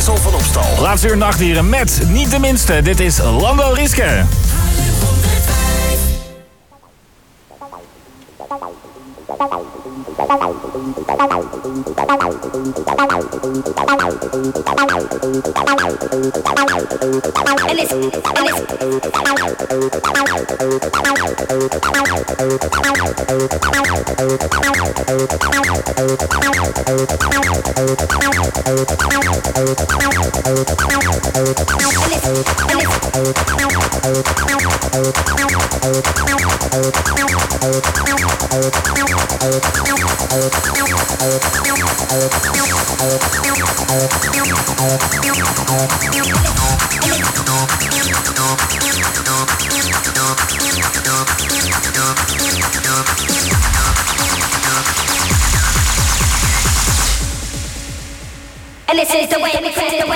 Wessel van Opstal. Laatste uur nachtdieren met niet de minste. Dit is Lando Rieske. And this is the way we play the way.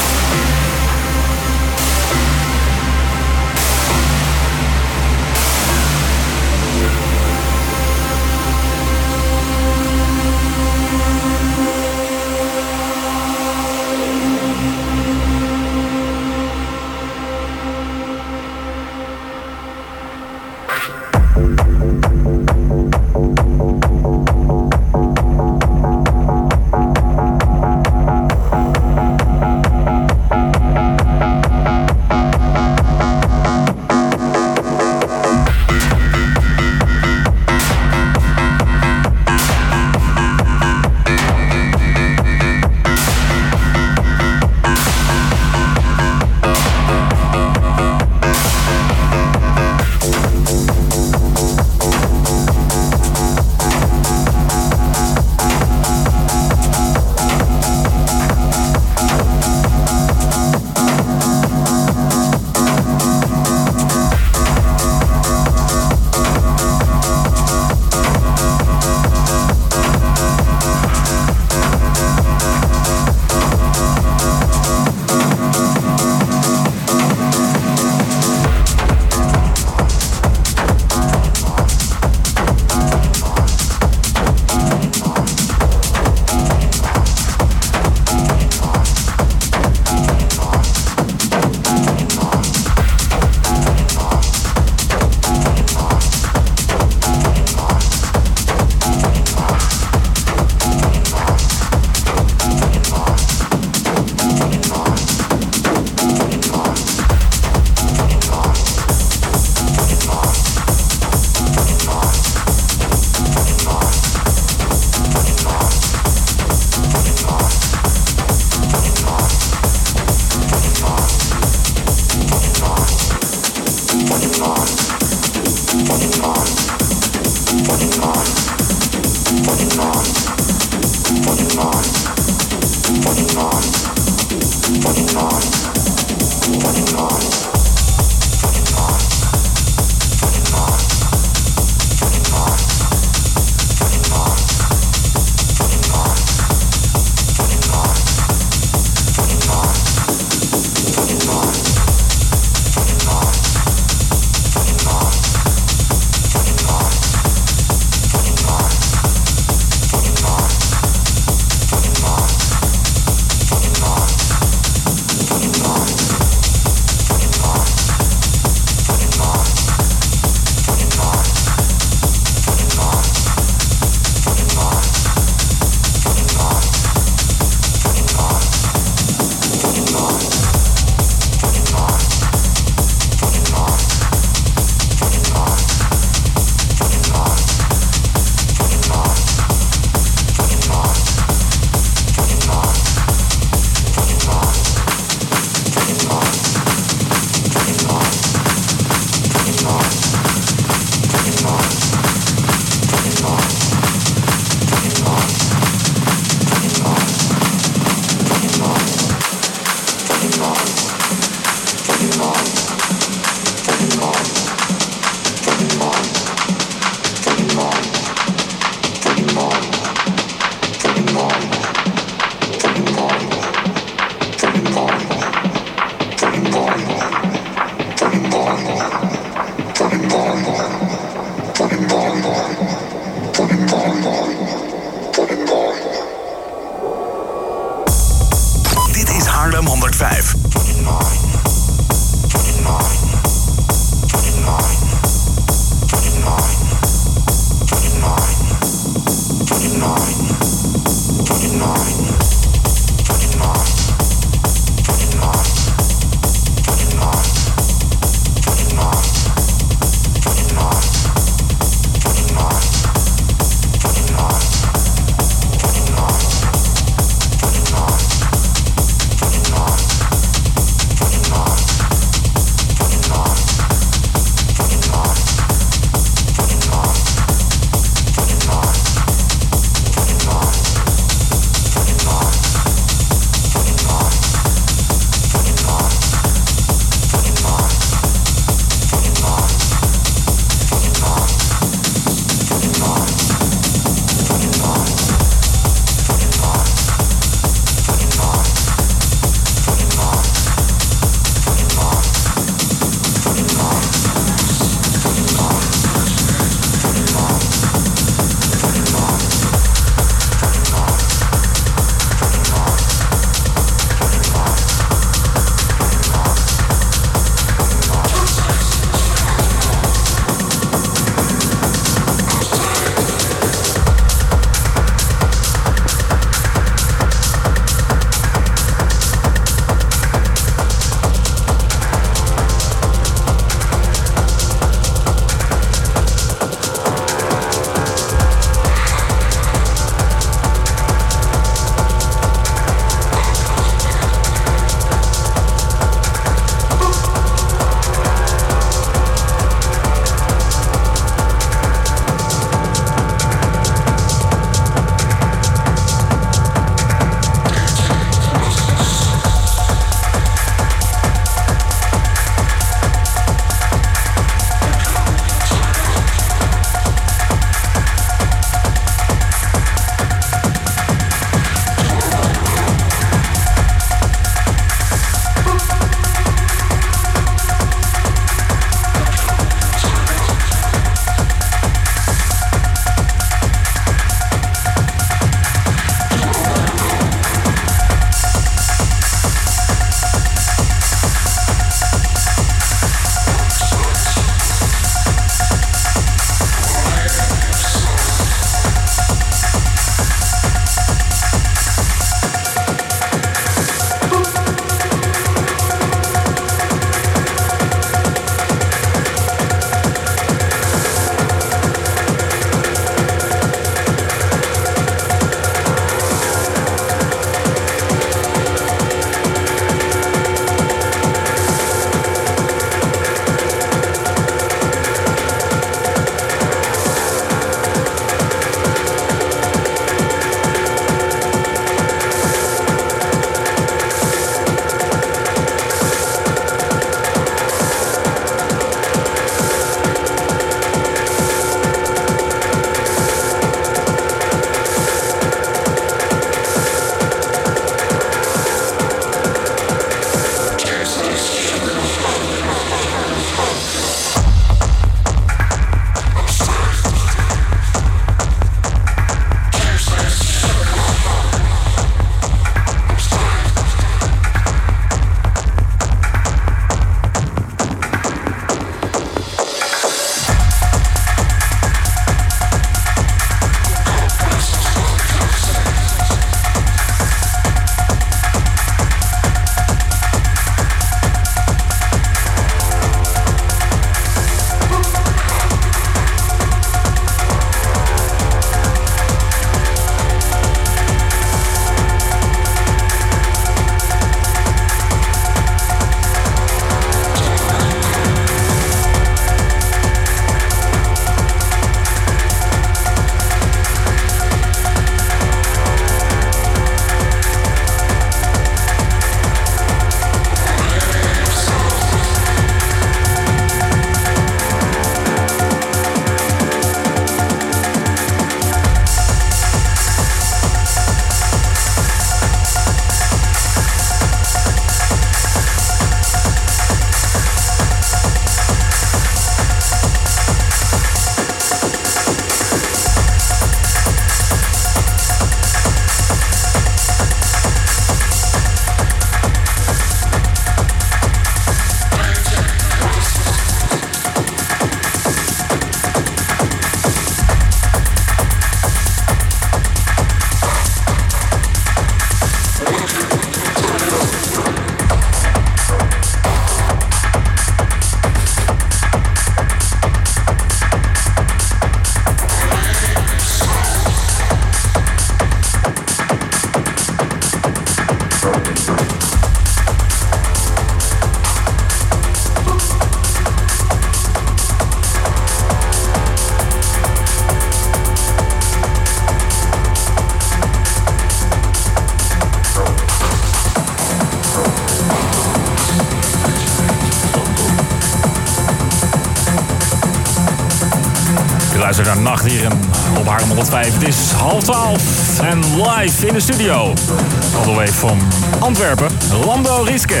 Je luistert naar Nacht hier op Haarlem 105. Het is 11:30 en live in de studio. All the way from Antwerpen, Lando Rieske.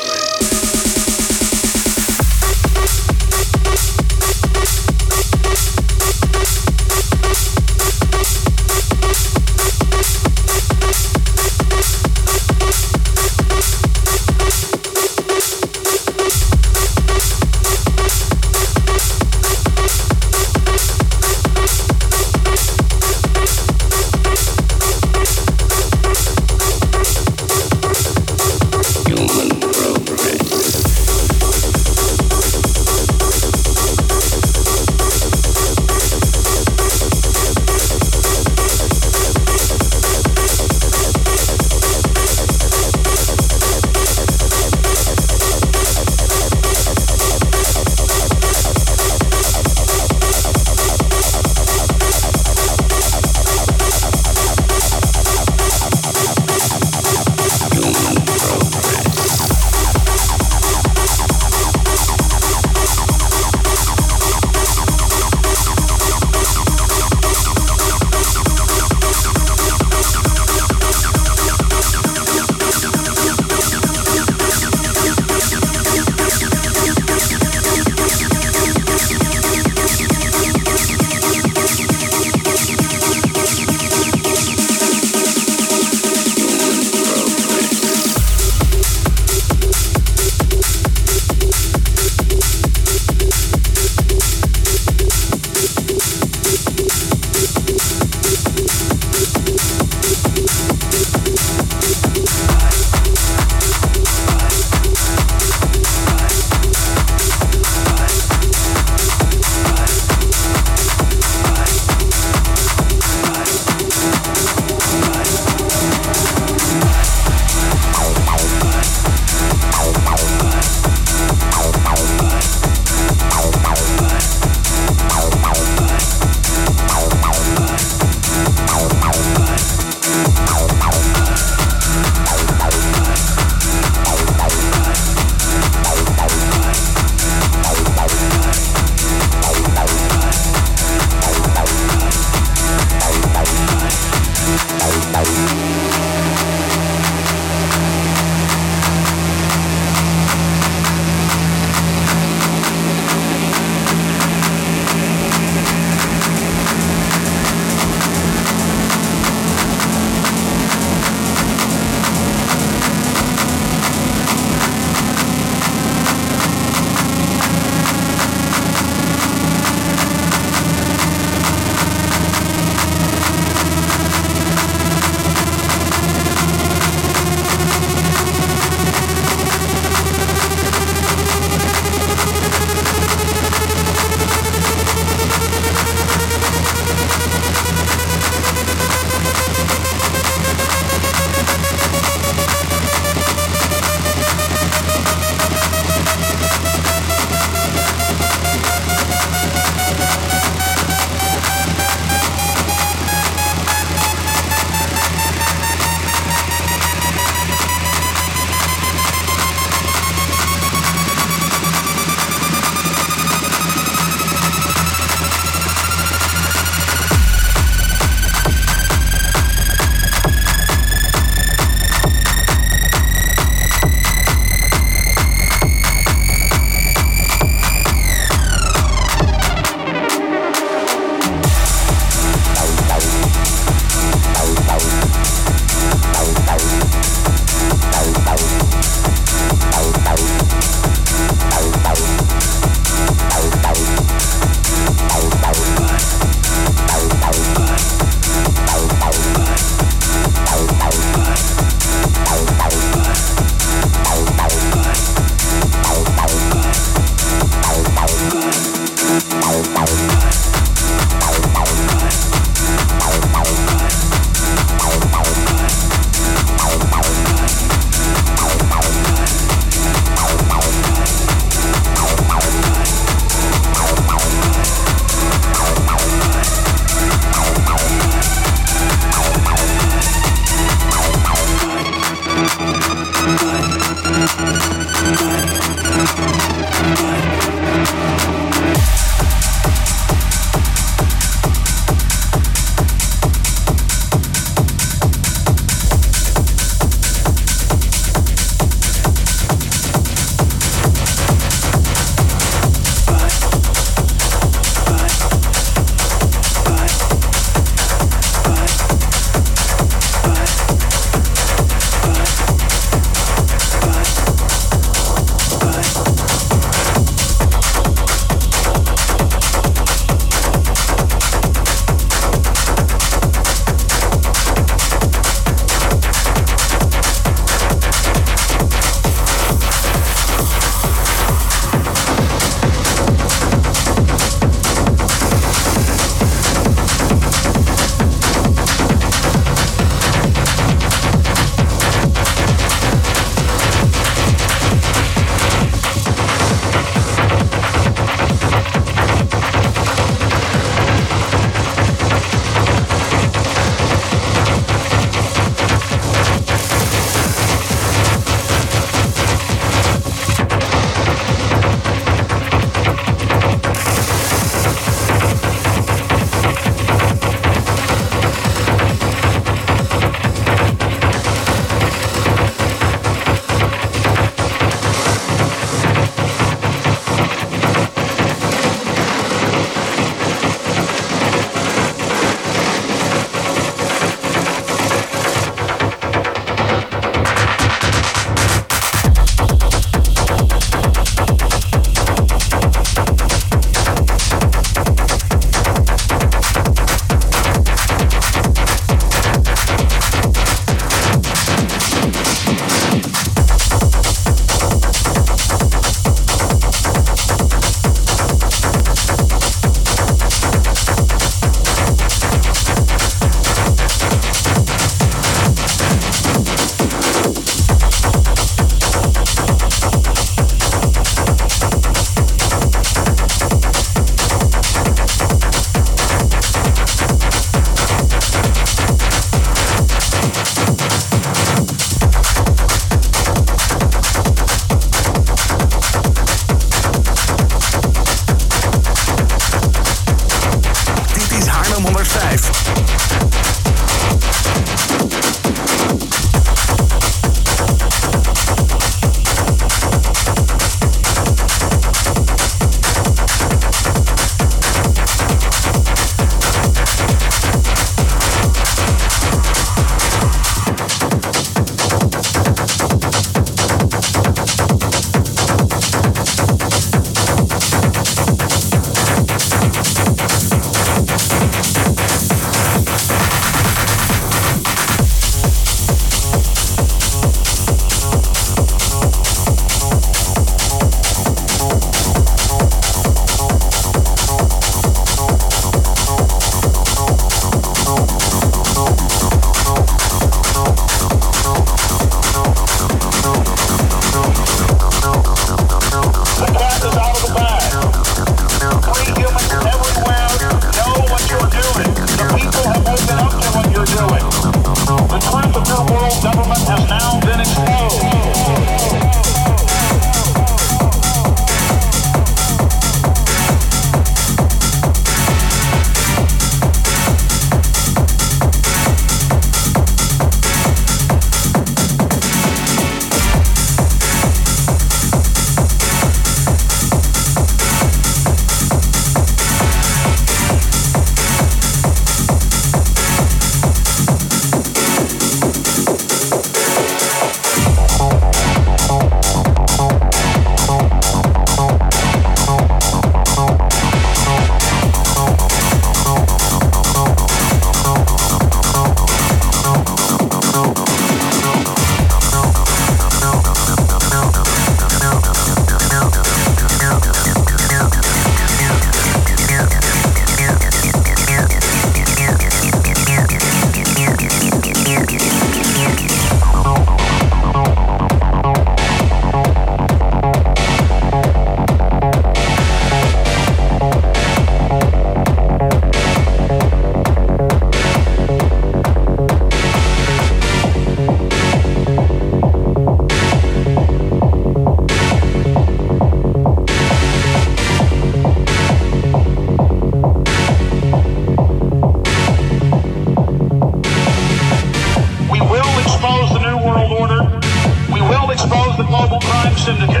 syndicate.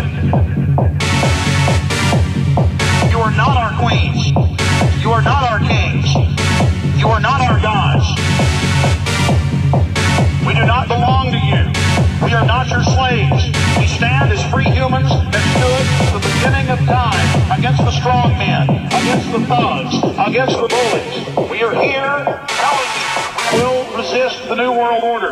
You are not our queens. You are not our kings. You are not our gods. We do not belong to you. We are not your slaves. We stand as free humans that stood from the beginning of time against the strong men, against the thugs, against the bullies. We are here telling you we will resist the New World Order.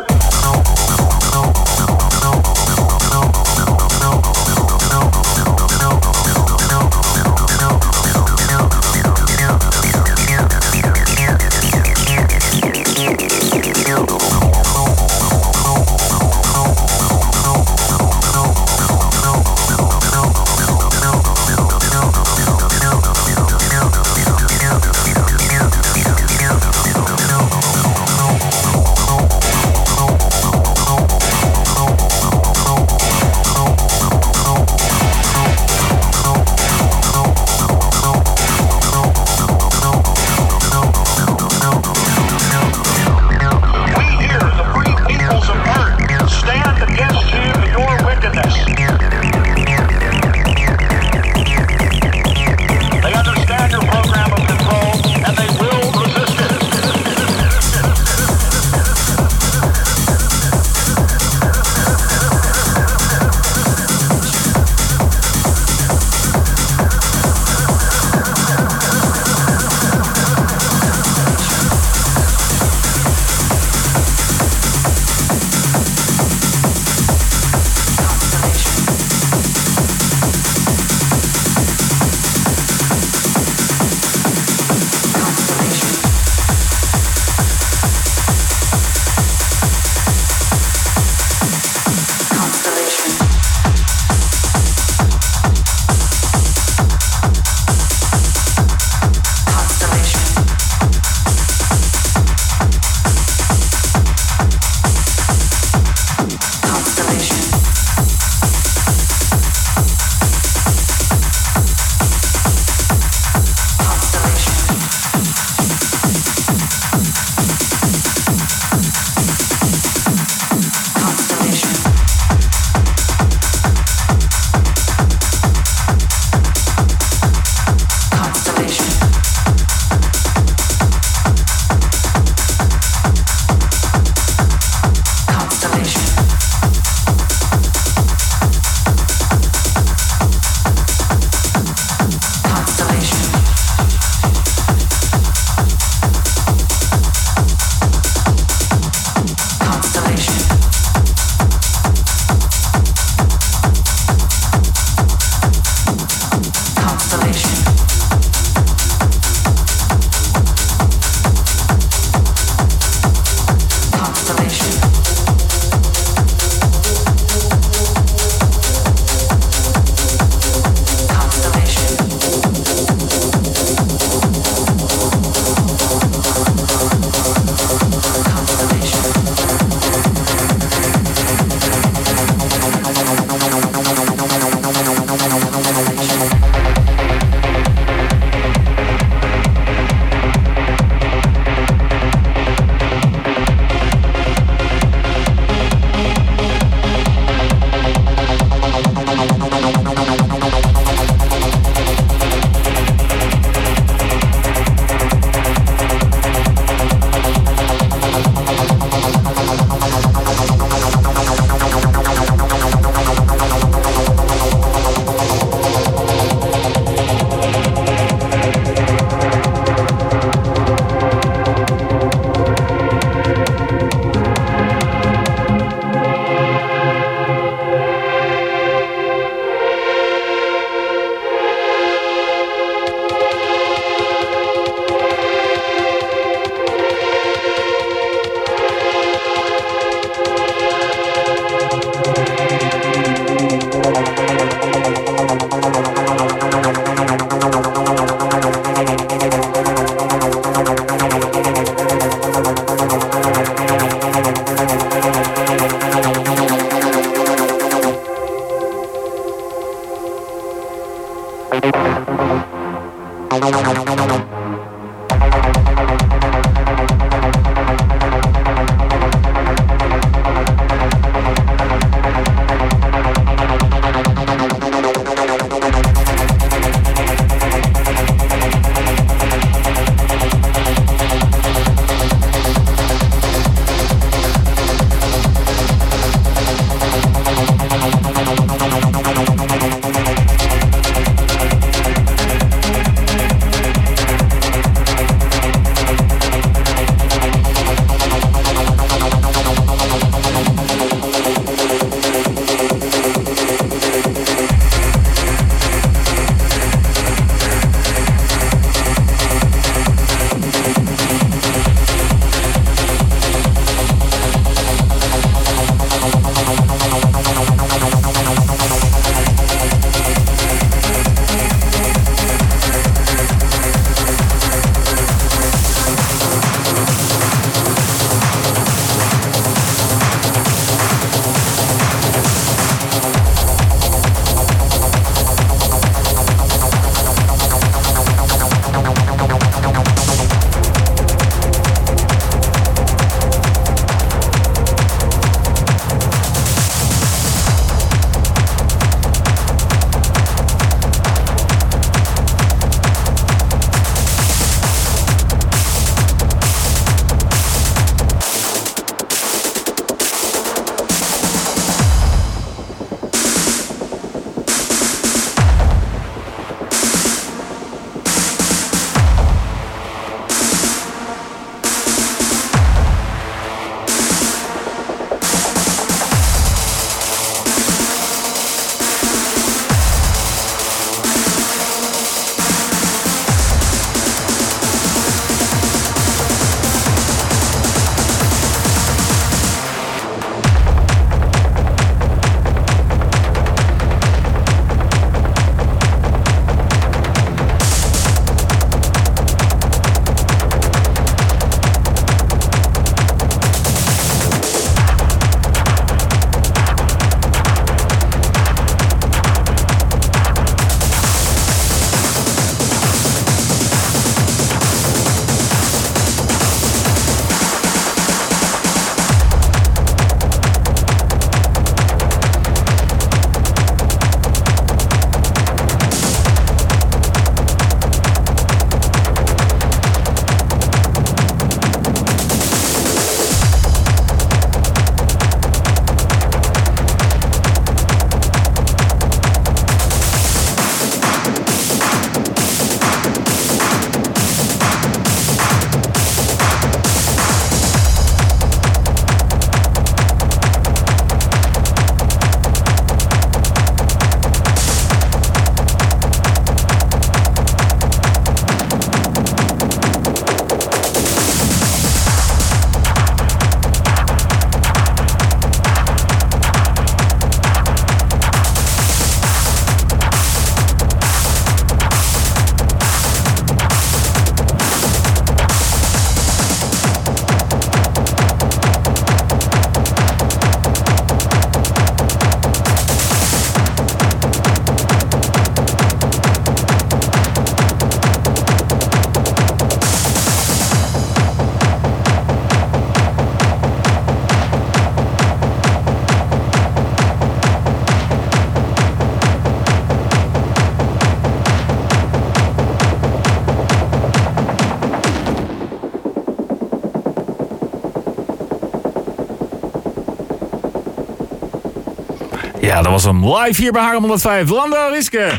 Ja, dat was hem live hier bij Haarlem 105. Lando Rieske.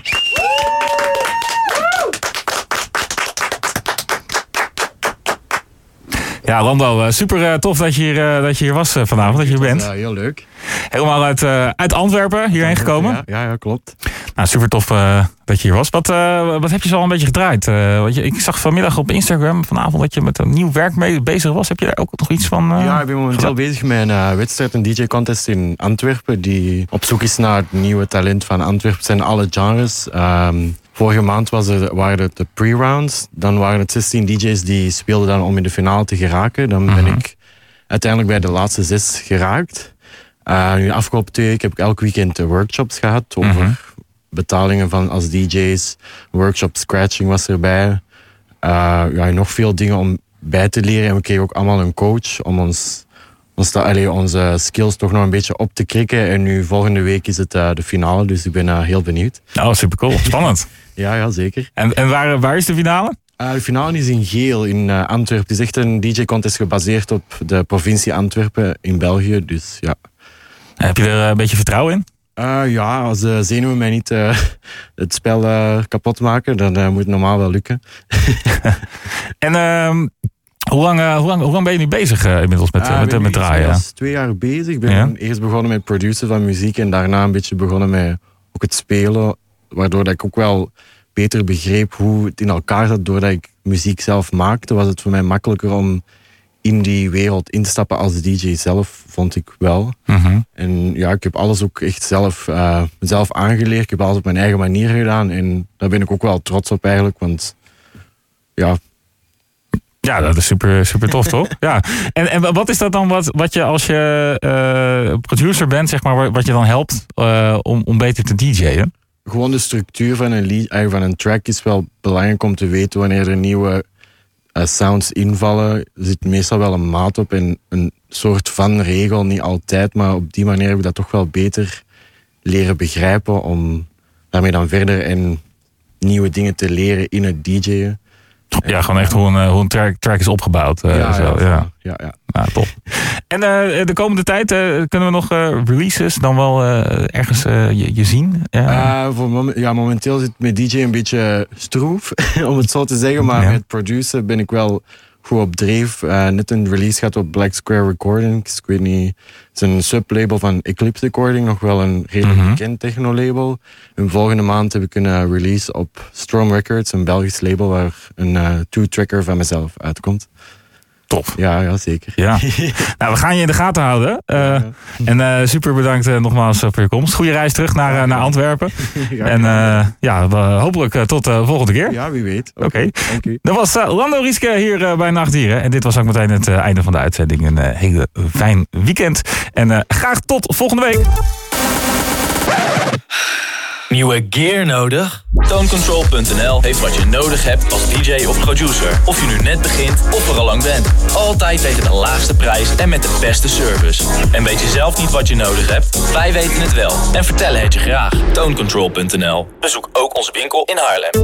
Ja, Lando, super tof dat je hier was vanavond, dat je hier bent. Ja, heel leuk. Helemaal uit Antwerpen hierheen gekomen. Ja, klopt. Nou, super tof dat je hier was. Wat heb je zo al een beetje gedraaid? Ik zag vanmiddag op Instagram vanavond dat je met een nieuw werk mee bezig was. Heb je daar ook nog iets van? Ja, ik ben momenteel bezig met een wedstrijd, een DJ-contest in Antwerpen, die op zoek is naar het nieuwe talent van Antwerpen. Het zijn alle genres. Vorige maand waren het de pre-rounds. Dan waren het 16 DJ's die speelden dan om in de finale te geraken. Dan ben ik uiteindelijk bij de laatste 6 geraakt. Nu de afgelopen 2 weken heb ik elk weekend workshops gehad over betalingen van als DJ's. Workshop scratching was erbij. Nog veel dingen om bij te leren. En we kregen ook allemaal een coach om onze skills toch nog een beetje op te krikken. En nu volgende week is het de finale, dus ik ben heel benieuwd. Oh, super cool. Spannend. Ja, zeker. En waar is de finale? De finale is in Geel, in Antwerpen. Het is echt een DJ-contest gebaseerd op de provincie Antwerpen in België. Dus ja. Heb je er een beetje vertrouwen in? Als de zenuwen mij niet het spel kapot maken, dan moet het normaal wel lukken. En hoe lang ben je nu bezig inmiddels met draaien? Ik ben 2 jaar bezig. Ik ben eerst begonnen met produceren van muziek en daarna een beetje begonnen met ook het spelen. Waardoor dat ik ook wel beter begreep hoe het in elkaar zat. Doordat ik muziek zelf maakte, was het voor mij makkelijker om in die wereld in te stappen als DJ zelf, vond ik wel. En ja, ik heb alles ook echt zelf aangeleerd. Ik heb alles op mijn eigen manier gedaan. En daar ben ik ook wel trots op eigenlijk, want ja... Ja, dat is super, super tof, toch? Ja. En wat is dat dan wat je als je producer bent, zeg maar, wat je dan helpt om beter te DJ'en? Gewoon de structuur van een track is wel belangrijk om te weten wanneer er nieuwe sounds invallen. Er zit meestal wel een maat op en een soort van regel, niet altijd, maar op die manier heb ik dat toch wel beter leren begrijpen om daarmee dan verder en nieuwe dingen te leren in het DJ'en. Ja, gewoon echt hoe een track is opgebouwd. Ja. Nou, top. En de komende tijd kunnen we nog releases dan wel ergens je zien? Momenteel zit mijn DJ een beetje stroef, om het zo te zeggen. Maar met produceren ben ik wel goed op dreef. Net een release gaat op Black Square Recordings. Ik weet niet, het is een sublabel van Eclipse Recording. Nog wel een redelijk bekend techno-label. En volgende maand heb ik een release op Storm Records, een Belgisch label waar een 2-tracker van mezelf uitkomt. Tof. Ja, zeker. Ja. Nou, we gaan je in de gaten houden. En super bedankt nogmaals voor je komst. Goeie reis terug naar Antwerpen. Hopelijk tot de volgende keer. Ja, wie weet. Oké. Dank u. Dat was Lando Rieske hier bij Nachtdieren. En dit was ook meteen het einde van de uitzending. Een hele fijn weekend. En graag tot volgende week. Nieuwe gear nodig? Tonecontrol.nl heeft wat je nodig hebt als DJ of producer. Of je nu net begint of er al lang bent. Altijd tegen de laagste prijs en met de beste service. En weet je zelf niet wat je nodig hebt? Wij weten het wel en vertellen het je graag. Tonecontrol.nl. Bezoek ook onze winkel in Haarlem.